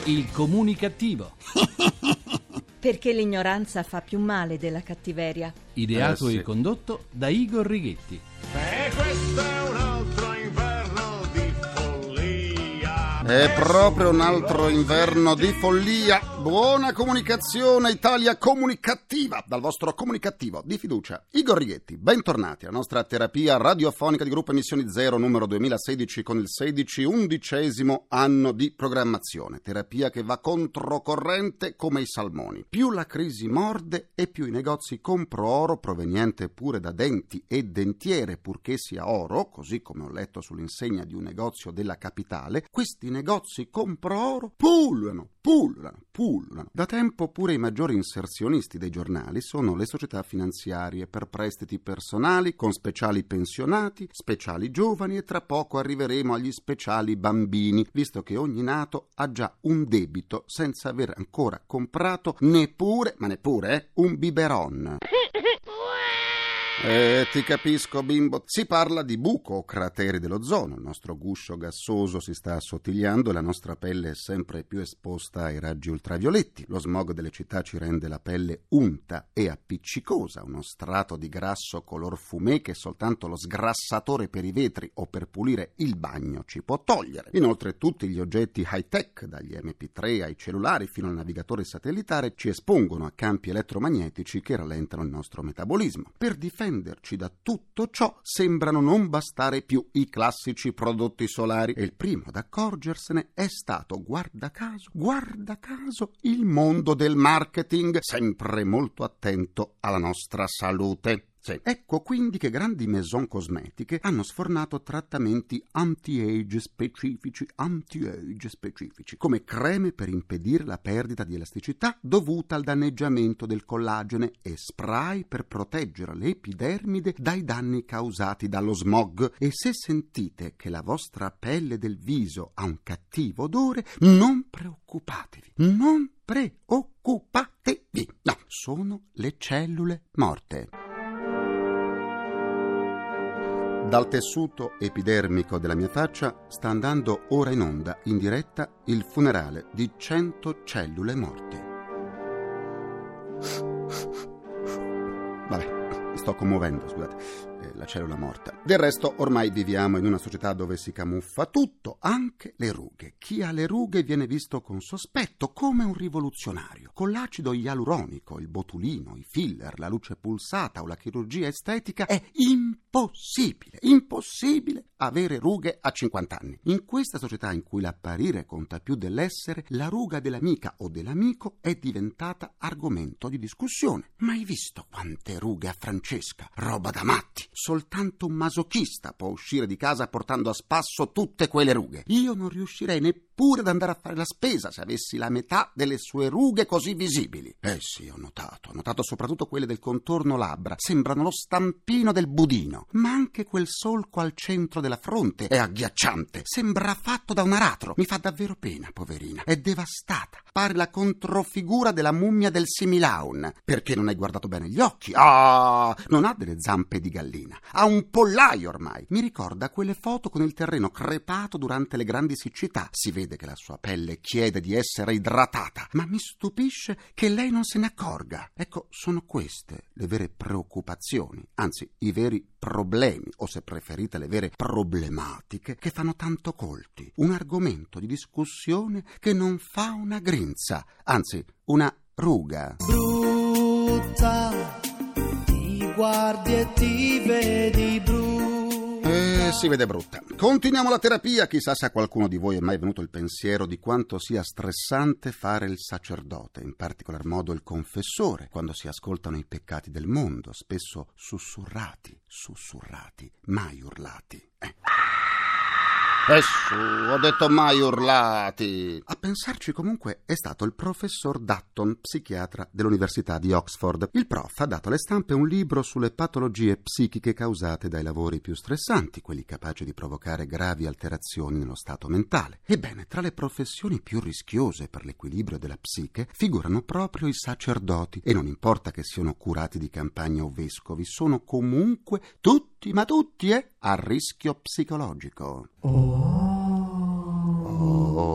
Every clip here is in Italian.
Il comunicativo. Perché l'ignoranza fa più male della cattiveria. Ideato e condotto da Igor Righetti. Questo è un altro inverno di follia. È proprio un altro inverno di follia. Buona comunicazione, Italia comunicativa, dal vostro comunicativo di fiducia, Igor Righetti. Bentornati alla nostra terapia radiofonica di Gruppo Emissioni Zero, numero 2016, con il 11° anno di programmazione. Terapia che va controcorrente come i salmoni. Più la crisi morde e più i negozi compro oro proveniente pure da denti e dentiere, purché sia oro, così come ho letto sull'insegna di un negozio della capitale. Questi negozi compro oro pullulano. Da tempo pure i maggiori inserzionisti dei giornali sono le società finanziarie per prestiti personali con speciali pensionati, speciali giovani e tra poco arriveremo agli speciali bambini, visto che ogni nato ha già un debito senza aver ancora comprato neppure un biberon. Ti capisco, bimbo. Si parla di buco o crateri dell'ozono. Il nostro guscio gassoso si sta assottigliando e la nostra pelle è sempre più esposta ai raggi ultravioletti. Lo smog delle città ci rende la pelle unta e appiccicosa, uno strato di grasso color fumé che soltanto lo sgrassatore per i vetri o per pulire il bagno ci può togliere. Inoltre tutti gli oggetti high-tech, dagli MP3 ai cellulari fino al navigatore satellitare, ci espongono a campi elettromagnetici che rallentano il nostro metabolismo. Per difenderci da tutto ciò sembrano non bastare più i classici prodotti solari e il primo ad accorgersene è stato, guarda caso, il mondo del marketing, sempre molto attento alla nostra salute. Sì. Ecco quindi che grandi maison cosmetiche hanno sfornato trattamenti anti-age specifici, come creme per impedire la perdita di elasticità dovuta al danneggiamento del collagene e spray per proteggere l'epidermide dai danni causati dallo smog. E se sentite che la vostra pelle del viso ha un cattivo odore, non preoccupatevi. No, sono le cellule morte. Dal tessuto epidermico della mia faccia sta andando ora in onda, in diretta, il funerale di 100 cellule morte. Vabbè, mi sto commuovendo, scusate. La cellula morta. Del resto, ormai viviamo in una società dove si camuffa tutto, anche le rughe. Chi ha le rughe viene visto con sospetto, come un rivoluzionario. Con l'acido ialuronico, il botulino, i filler, la luce pulsata o la chirurgia estetica è impossibile avere rughe a 50 anni. In questa società in cui l'apparire conta più dell'essere, la ruga dell'amica o dell'amico è diventata argomento di discussione. Ma hai visto quante rughe a Francesca? Roba da matti! Soltanto un masochista può uscire di casa portando a spasso tutte quelle rughe. Io non riuscirei neppure ad andare a fare la spesa se avessi la metà delle sue rughe così visibili. Sì, ho notato soprattutto quelle del contorno labbra, sembrano lo stampino del budino. Ma anche quel solco al centro della fronte è agghiacciante, sembra fatto da un aratro. Mi fa davvero pena, poverina, è devastata, pare la controfigura della mummia del Similaun. Perché non hai guardato bene gli occhi? Non ha delle zampe di gallina, ha un pollaio ormai. Mi ricorda quelle foto con il terreno crepato durante le grandi siccità. Si vede che la sua pelle chiede di essere idratata, ma mi stupisce che lei non se ne accorga. Ecco, sono queste le vere preoccupazioni, anzi i veri problemi, o se preferite le vere problematiche, che fanno tanto colti. Un argomento di discussione che non fa una grinza, anzi una ruga. Brutta, ti guardi e ti vedi brutta. Si vede brutta. Continuiamo la terapia. Chissà se a qualcuno di voi è mai venuto il pensiero di quanto sia stressante fare il sacerdote, in particolar modo il confessore, quando si ascoltano i peccati del mondo, spesso sussurrati, mai urlati. Ho detto mai urlati. A pensarci comunque è stato il professor Dutton, psichiatra dell'Università di Oxford. Il prof ha dato alle stampe un libro sulle patologie psichiche causate dai lavori più stressanti, quelli capaci di provocare gravi alterazioni nello stato mentale. Ebbene, tra le professioni più rischiose per l'equilibrio della psiche figurano proprio i sacerdoti, e non importa che siano curati di campagna o vescovi, sono comunque tutti a rischio psicologico.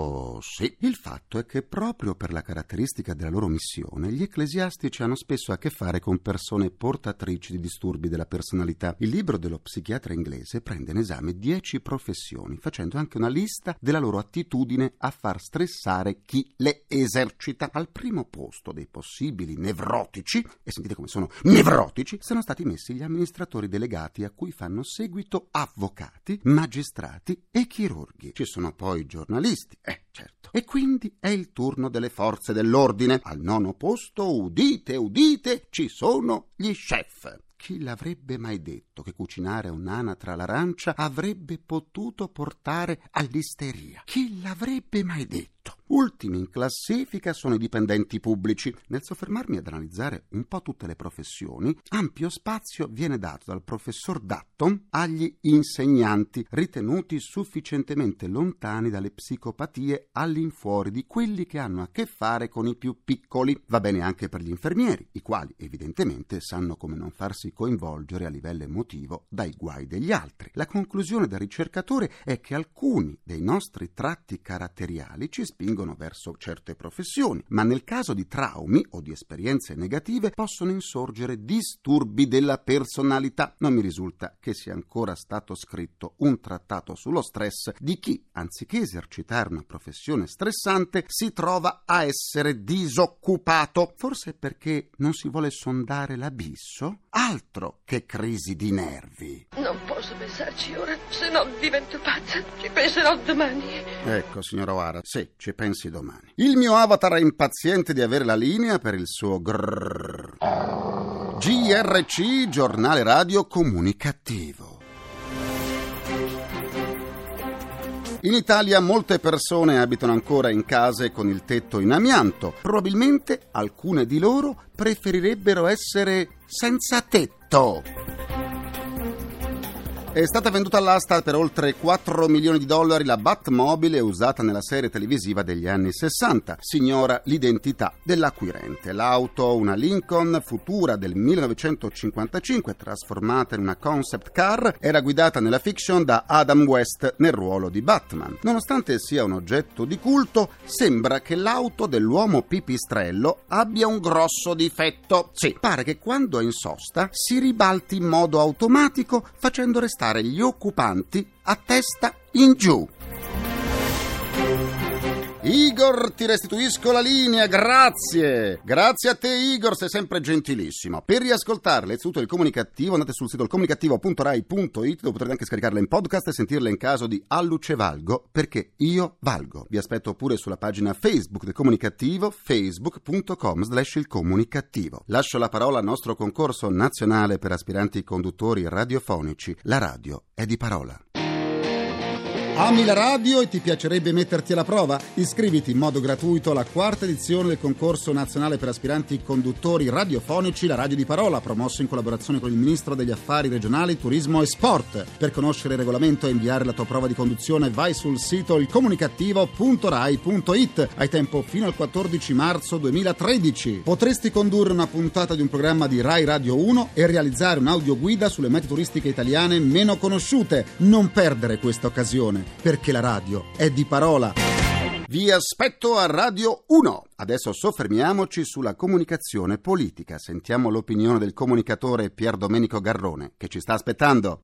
Sì, il fatto è che proprio per la caratteristica della loro missione, gli ecclesiastici hanno spesso a che fare con persone portatrici di disturbi della personalità. Il libro dello psichiatra inglese prende in esame 10 professioni, facendo anche una lista della loro attitudine a far stressare chi le esercita. Al primo posto dei possibili nevrotici, e sentite come sono nevrotici, sono stati messi gli amministratori delegati a cui fanno seguito avvocati, magistrati e chirurghi. Ci sono poi i giornalisti, certo. E quindi è il turno delle forze dell'ordine. Al 9° posto, udite, udite, ci sono gli chef. Chi l'avrebbe mai detto che cucinare un'anatra all'arancia avrebbe potuto portare all'isteria? Chi l'avrebbe mai detto? Ultimi in classifica sono i dipendenti pubblici. Nel soffermarmi ad analizzare un po' tutte le professioni, ampio spazio viene dato dal professor Dutton agli insegnanti, ritenuti sufficientemente lontani dalle psicopatie all'infuori di quelli che hanno a che fare con i più piccoli. Va bene anche per gli infermieri, i quali evidentemente sanno come non farsi coinvolgere a livello emotivo dai guai degli altri. La conclusione del ricercatore è che alcuni dei nostri tratti caratteriali ci spingono verso certe professioni, ma nel caso di traumi o di esperienze negative possono insorgere disturbi della personalità. Non mi risulta che sia ancora stato scritto un trattato sullo stress di chi, anziché esercitare una professione stressante, si trova a essere disoccupato. Forse perché non si vuole sondare l'abisso? Altro che crisi di nervi. Non posso pensarci ora, se no divento pazza. Ci penserò domani. Ecco, signora O'Hara, sì, ci pensi domani. Il mio avatar è impaziente di avere la linea per il suo grrrr. GRC, giornale radio comunicativo. In Italia molte persone abitano ancora in case con il tetto in amianto. Probabilmente alcune di loro preferirebbero essere senza tetto. È stata venduta all'asta per oltre $4 milioni la Batmobile usata nella serie televisiva degli anni 60. Si ignora l'identità dell'acquirente. L'auto, una Lincoln Futura del 1955, trasformata in una concept car, era guidata nella fiction da Adam West nel ruolo di Batman. Nonostante sia un oggetto di culto, sembra che l'auto dell'uomo pipistrello abbia un grosso difetto. Sì, pare che quando è in sosta si ribalti in modo automatico, facendo restare gli occupanti a testa in giù. Igor, ti restituisco la linea, grazie. Grazie a te, Igor, sei sempre gentilissimo. Per riascoltarle, innanzitutto il comunicativo, andate sul sito comunicativo.rai.it, dove potrete anche scaricarle in podcast e sentirle in caso di Alluce Valgo, perché io valgo. Vi aspetto pure sulla pagina Facebook del comunicativo, facebook.com/il comunicativo. Lascio la parola al nostro concorso nazionale per aspiranti conduttori radiofonici. La radio è di parola. Ami la radio e ti piacerebbe metterti alla prova? Iscriviti in modo gratuito alla 4ª edizione del concorso nazionale per aspiranti conduttori radiofonici La Radio di Parola, promosso in collaborazione con il Ministro degli Affari Regionali, Turismo e Sport. Per conoscere il regolamento e inviare la tua prova di conduzione vai sul sito ilcomunicativo.rai.it. Hai tempo fino al 14 marzo 2013. Potresti condurre una puntata di un programma di Rai Radio 1 e realizzare un'audioguida sulle mete turistiche italiane meno conosciute. Non perdere questa occasione, perché la radio è di parola. Vi aspetto a Radio 1. Adesso soffermiamoci sulla comunicazione politica. Sentiamo l'opinione del comunicatore Pier Domenico Garrone, che ci sta aspettando.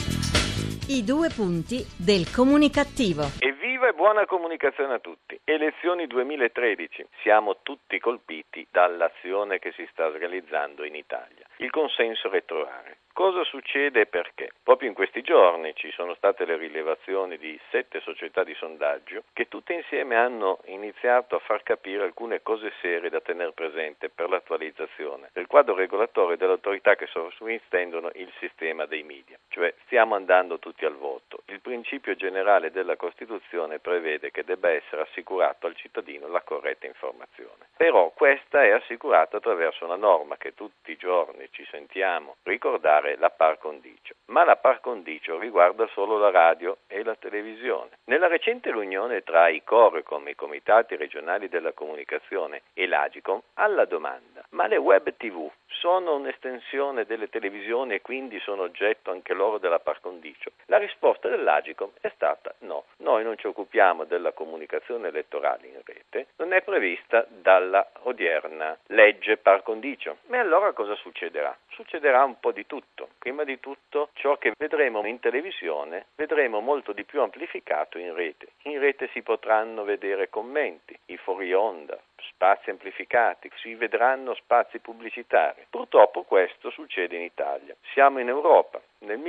I 2 punti del comunicativo. Evviva e buona comunicazione a tutti. Elezioni 2013. Siamo tutti colpiti dall'azione che si sta realizzando in Italia. Il consenso elettorale. Cosa succede e perché? Proprio in questi giorni ci sono state le rilevazioni di 7 società di sondaggio che tutte insieme hanno iniziato a far capire alcune cose serie da tenere presente per l'attualizzazione del quadro regolatorio delle autorità che sovrintendono il sistema dei media. Cioè stiamo andando tutti al voto. Il principio generale della Costituzione prevede che debba essere assicurato al cittadino la corretta informazione. Però questa è assicurata attraverso una norma che tutti i giorni ci sentiamo ricordare, la par condicio. Ma la par condicio riguarda solo la radio e la televisione. Nella recente riunione tra i Corecom, i comitati regionali della comunicazione, e l'Agicom, alla domanda: ma le web TV sono un'estensione delle televisioni e quindi sono oggetto anche loro della par condicio? La risposta dell'Agcom è stata no. Noi non ci occupiamo della comunicazione elettorale in rete, non è prevista dalla odierna legge par condicio. Ma allora cosa succederà? Succederà un po' di tutto. Prima di tutto ciò che vedremo in televisione vedremo molto di più amplificato in rete. In rete si potranno vedere commenti, i fuori onda, spazi amplificati, si vedranno spazi pubblicitari. Purtroppo questo succede in Italia. Siamo in Europa. Nel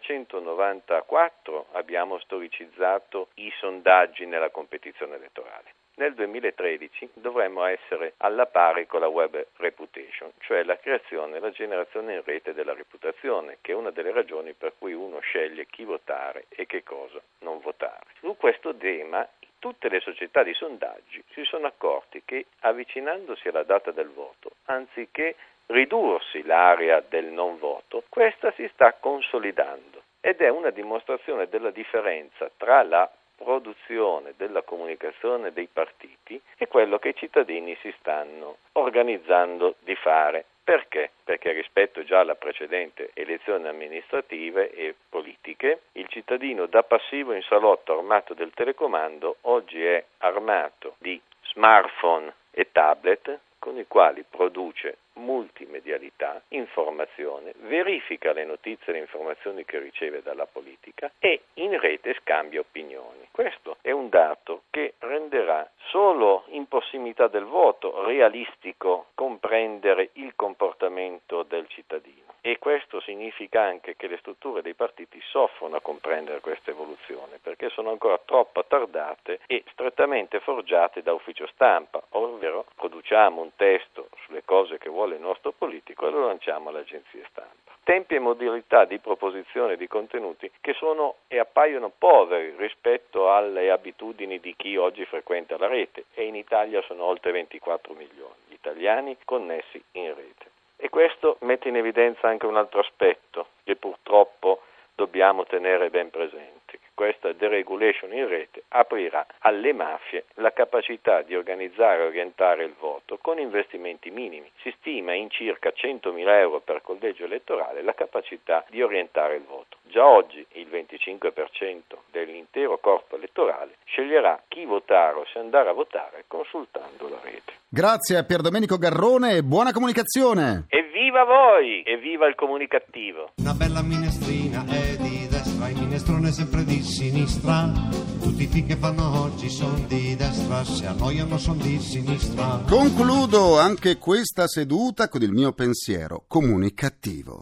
1994 abbiamo storicizzato i sondaggi nella competizione elettorale. Nel 2013 dovremmo essere alla pari con la web reputation, cioè la creazione e la generazione in rete della reputazione, che è una delle ragioni per cui uno sceglie chi votare e che cosa non votare. Su questo tema tutte le società di sondaggi si sono accorti che avvicinandosi alla data del voto, anziché ridursi l'area del non voto, questa si sta consolidando ed è una dimostrazione della differenza tra la produzione della comunicazione dei partiti e quello che i cittadini si stanno organizzando di fare. Perché? Perché rispetto già alla precedente elezioni amministrative e politiche, il cittadino da passivo in salotto armato del telecomando oggi è armato di smartphone e tablet con i quali produce multimedialità, informazione, verifica le notizie e le informazioni che riceve dalla politica e in rete scambia opinioni. Questo è un dato che renderà solo in prossimità del voto realistico comprendere il comportamento del cittadino. E questo significa anche che le strutture dei partiti soffrono a comprendere questa evoluzione perché sono ancora troppo attardate e strettamente forgiate da ufficio stampa, ovvero produciamo un testo sulle cose che vuole il nostro politico e lo lanciamo all'agenzia stampa. Tempi e modalità di proposizione di contenuti che sono e appaiono poveri rispetto alle abitudini di chi oggi frequenta la rete e in Italia sono oltre 24 milioni gli italiani connessi in rete. E questo mette in evidenza anche un altro aspetto che purtroppo dobbiamo tenere ben presente. Questa deregulation in rete aprirà alle mafie la capacità di organizzare e orientare il voto con investimenti minimi. Si stima in circa 100.000 euro per collegio elettorale la capacità di orientare il voto. Già oggi il 25% dell'intero corpo elettorale sceglierà chi votare o se andare a votare consultando la rete. Grazie a Pierdomenico Garrone e buona comunicazione! Evviva voi! Evviva il comunicativo! Una bella minestrina è di destra, il minestrone è sempre di sinistra. Tutti i film che fanno oggi sono di destra, se annoiano sono di sinistra. Concludo anche questa seduta con il mio pensiero comunicativo.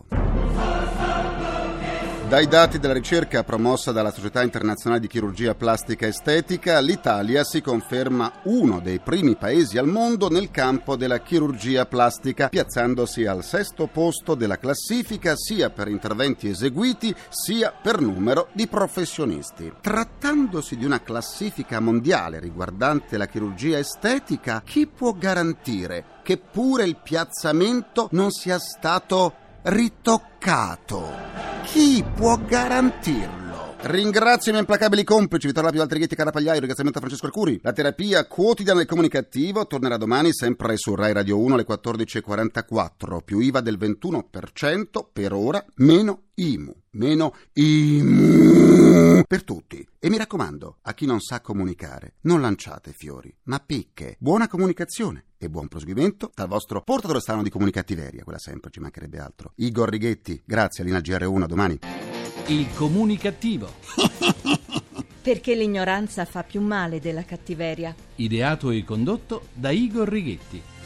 Dai dati della ricerca promossa dalla Società Internazionale di Chirurgia Plastica Estetica, l'Italia si conferma uno dei primi paesi al mondo nel campo della chirurgia plastica, piazzandosi al 6° posto della classifica sia per interventi eseguiti sia per numero di professionisti. Trattandosi di una classifica mondiale riguardante la chirurgia estetica, chi può garantire che pure il piazzamento non sia stato ritoccato? Chi può garantirlo? Ringrazio i miei implacabili complici Vittorio Lapio, Valtrighetti, Carapagliaio, ringraziamento a Francesco Arcuri. La terapia quotidiana del comunicativo tornerà domani sempre su Rai Radio 1 alle 14.44, più IVA del 21%, per ora meno IMU per tutti. E mi raccomando, a chi non sa comunicare, non lanciate fiori, ma picche. Buona comunicazione e buon proseguimento dal vostro portatore strano di comunicattiveria, quella sempre, ci mancherebbe altro. Igor Righetti, grazie, Lina GR1, a domani. Il comunicativo. Perché l'ignoranza fa più male della cattiveria. Ideato e condotto da Igor Righetti.